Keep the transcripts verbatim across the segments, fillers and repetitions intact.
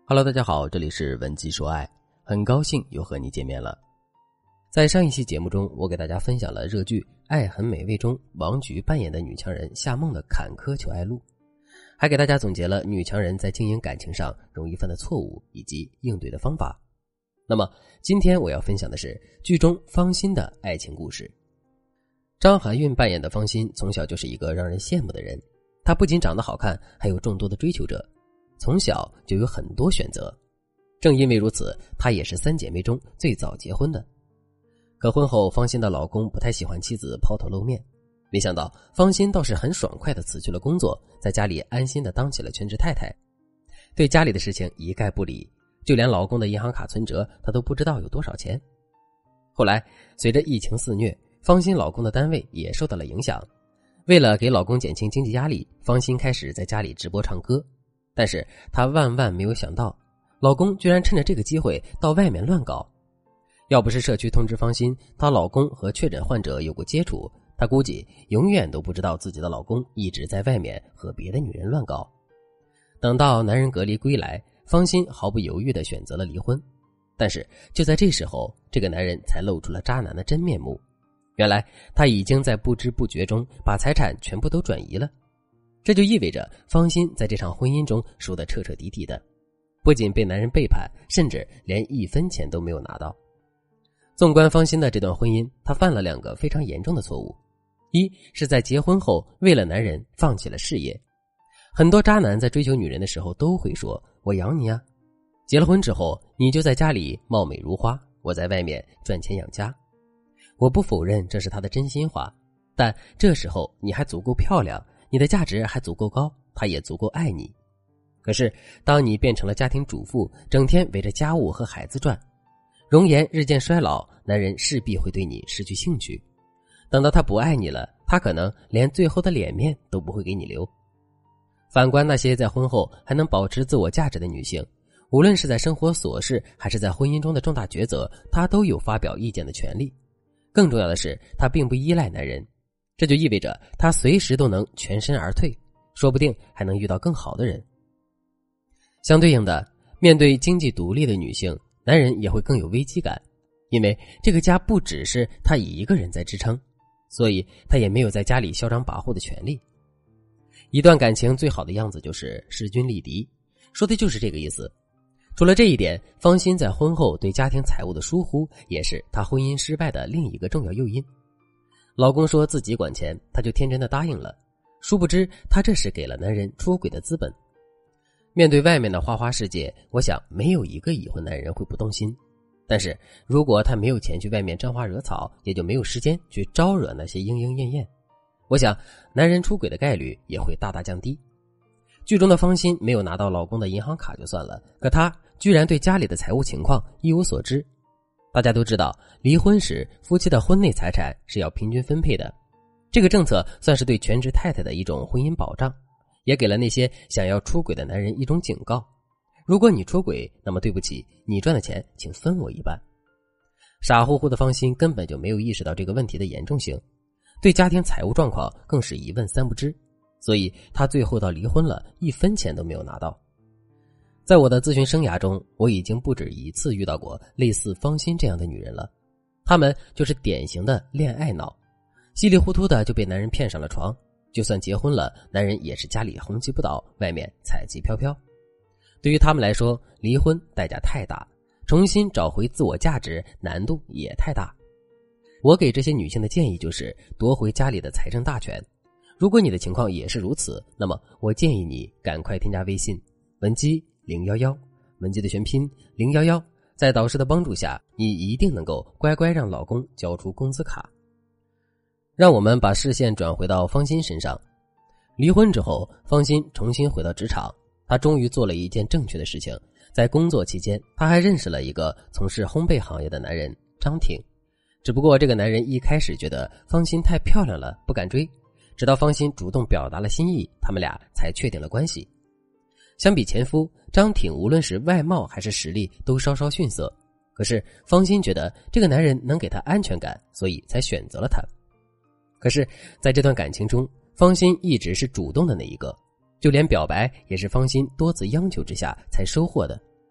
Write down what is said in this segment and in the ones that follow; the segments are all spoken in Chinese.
Hello， 大家好，这里是文姬说爱，很高兴又和你见面了。在上一期节目中，我给大家分享了热剧《爱很美味》中王菊扮演的女强人夏梦的坎坷求爱路，还给大家总结了女强人在经营感情上容易犯的错误以及应对的方法。那么今天我要分享的是剧中方心的爱情故事。张含韵扮演的方心从小就是一个让人羡慕的人，她不仅长得好看，还有众多的追求者，从小就有很多选择。正因为如此，她也是三姐妹中最早结婚的。可婚后，方心的老公不太喜欢妻子抛头露面，没想到方心倒是很爽快地辞去了工作，在家里安心地当起了全职太太，对家里的事情一概不理，就连老公的银行卡存折她都不知道有多少钱。后来随着疫情肆虐，方心老公的单位也受到了影响，为了给老公减轻经济压力，方心开始在家里直播唱歌。但是她万万没有想到，老公居然趁着这个机会到外面乱搞。要不是社区通知方心她老公和确诊患者有过接触，她估计永远都不知道自己的老公一直在外面和别的女人乱搞。等到男人隔离归来，方心毫不犹豫地选择了离婚。但是就在这时候，这个男人才露出了渣男的真面目。原来他已经在不知不觉中把财产全部都转移了。这就意味着方心在这场婚姻中输得彻彻底底的，不仅被男人背叛，甚至连一分钱都没有拿到。纵观方心的这段婚姻，她犯了两个非常严重的错误。一是在结婚后为了男人放弃了事业。很多渣男在追求女人的时候都会说，我养你啊。结了婚之后，你就在家里貌美如花，我在外面赚钱养家。我不否认这是他的真心话，但这时候你还足够漂亮，你的价值还足够高，他也足够爱你。可是当你变成了家庭主妇，整天围着家务和孩子转，容颜日渐衰老，男人势必会对你失去兴趣。等到他不爱你了，他可能连最后的脸面都不会给你留。反观那些在婚后还能保持自我价值的女性，无论是在生活琐事还是在婚姻中的重大抉择，她都有发表意见的权利。更重要的是，她并不依赖男人，这就意味着她随时都能全身而退，说不定还能遇到更好的人。相对应的，面对经济独立的女性，男人也会更有危机感，因为这个家不只是他一个人在支撑，所以他也没有在家里嚣张跋扈的权利。一段感情最好的样子就是势均力敌，说的就是这个意思。除了这一点，方心在婚后对家庭财务的疏忽也是她婚姻失败的另一个重要诱因。老公说自己管钱，她就天真的答应了，殊不知她这是给了男人出轨的资本。面对外面的花花世界，我想没有一个已婚男人会不动心，但是如果他没有钱去外面沾花惹草，也就没有时间去招惹那些莺莺燕燕，我想男人出轨的概率也会大大降低。剧中的方心没有拿到老公的银行卡就算了，可她居然对家里的财务情况一无所知。大家都知道，离婚时夫妻的婚内财产是要平均分配的，这个政策算是对全职太太的一种婚姻保障，也给了那些想要出轨的男人一种警告。如果你出轨，那么对不起，你赚的钱请分我一半。傻乎乎的方心根本就没有意识到这个问题的严重性，对家庭财务状况更是一问三不知，所以他最后到离婚了，一分钱都没有拿到。在我的咨询生涯中，我已经不止一次遇到过类似方心这样的女人了。她们就是典型的恋爱脑，稀里糊涂的就被男人骗上了床，就算结婚了，男人也是家里红旗不倒，外面彩旗飘飘。对于他们来说，离婚代价太大，重新找回自我价值难度也太大。我给这些女性的建议就是夺回家里的财政大权。如果你的情况也是如此，那么我建议你赶快添加微信文姬零一一，文姬的全拼零一一，在导师的帮助下，你一定能够乖乖让老公交出工资卡。让我们把视线转回到方心身上。离婚之后，方心重新回到职场，她终于做了一件正确的事情。在工作期间，她还认识了一个从事烘焙行业的男人张挺。只不过这个男人一开始觉得方心太漂亮了，不敢追，直到方心主动表达了心意，他们俩才确定了关系。相比前夫，张挺无论是外貌还是实力都稍稍逊色，可是方心觉得这个男人能给她安全感，所以才选择了他。可是在这段感情中，方心一直是主动的那一个，就连表白也是方心多次央求之下才收获的。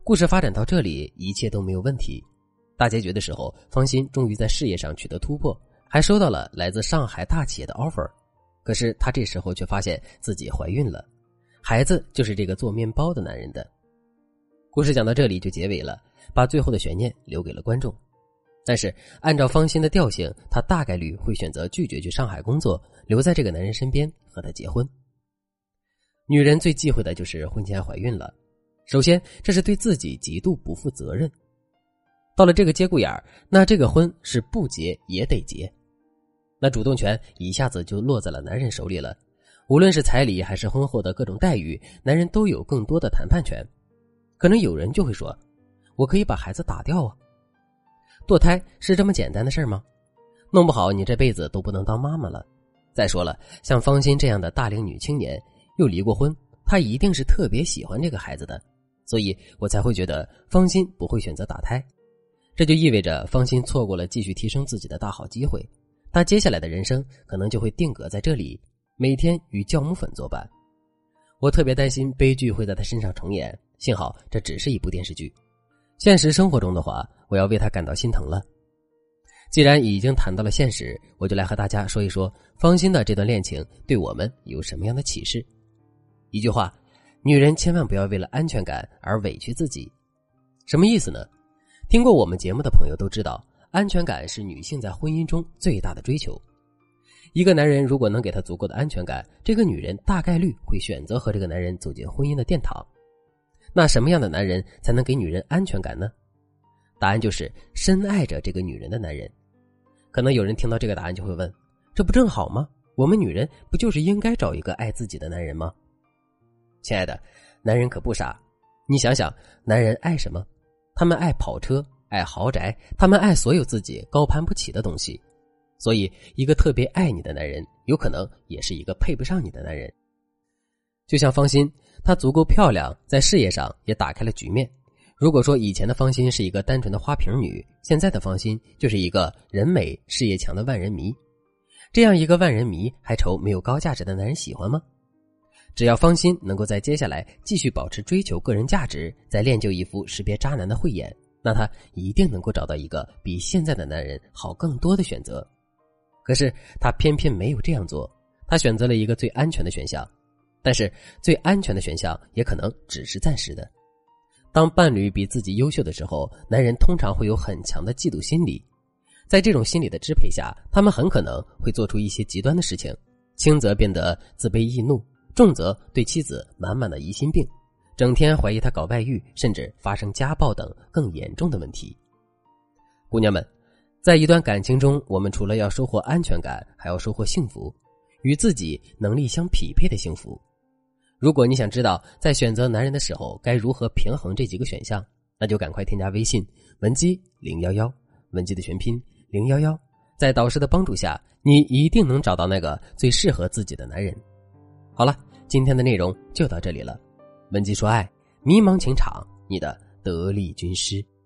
故事发展到这里，一切都没有问题。大结局的时候，方心终于在事业上取得突破，还收到了来自上海大企业的 offer。可是她这时候却发现自己怀孕了，孩子就是这个做面包的男人的。故事讲到这里就结尾了，把最后的悬念留给了观众。但是按照方心的调性，她大概率会选择拒绝去上海工作，留在这个男人身边和他结婚。女人最忌讳的就是婚前怀孕了，首先这是对自己极度不负责任。到了这个节骨眼儿，那这个婚是不结也得结，那主动权一下子就落在了男人手里了。无论是彩礼还是婚后的各种待遇，男人都有更多的谈判权。可能有人就会说，我可以把孩子打掉啊。堕胎是这么简单的事吗？弄不好你这辈子都不能当妈妈了。再说了，像方心这样的大龄女青年又离过婚，她一定是特别喜欢这个孩子的，所以我才会觉得方心不会选择打胎。这就意味着方心错过了继续提升自己的大好机会，她接下来的人生可能就会定格在这里，每天与酵母粉作伴。我特别担心悲剧会在她身上重演，幸好这只是一部电视剧。现实生活中的话，我要为她感到心疼了。既然已经谈到了现实，我就来和大家说一说方心的这段恋情对我们有什么样的启示。一句话，女人千万不要为了安全感而委屈自己。什么意思呢？听过我们节目的朋友都知道，安全感是女性在婚姻中最大的追求。一个男人如果能给她足够的安全感，这个女人大概率会选择和这个男人走进婚姻的殿堂。那什么样的男人才能给女人安全感呢？答案就是深爱着这个女人的男人。可能有人听到这个答案就会问，这不正好吗？我们女人不就是应该找一个爱自己的男人吗？亲爱的，男人可不傻。你想想，男人爱什么？他们爱跑车，爱豪宅，他们爱所有自己高攀不起的东西。所以一个特别爱你的男人，有可能也是一个配不上你的男人。就像方心，她足够漂亮，在事业上也打开了局面。如果说以前的方心是一个单纯的花瓶女，现在的方心就是一个人美事业强的万人迷。这样一个万人迷，还愁没有高价值的男人喜欢吗？只要方心能够在接下来继续保持追求个人价值，再练就一副识别渣男的慧眼，那他一定能够找到一个比现在的男人好更多的选择。可是他偏偏没有这样做，他选择了一个最安全的选项。但是最安全的选项也可能只是暂时的。当伴侣比自己优秀的时候，男人通常会有很强的嫉妒心理。在这种心理的支配下，他们很可能会做出一些极端的事情，轻则变得自卑易怒，重则对妻子满满的疑心病，整天怀疑她搞外遇，甚至发生家暴等更严重的问题。姑娘们，在一段感情中，我们除了要收获安全感，还要收获幸福，与自己能力相匹配的幸福。如果你想知道在选择男人的时候该如何平衡这几个选项，那就赶快添加微信文姬零一一，文姬的全拼零一一，在导师的帮助下，你一定能找到那个最适合自己的男人。好了，今天的内容就到这里了。文姬说爱，迷茫情场，你的得力军师。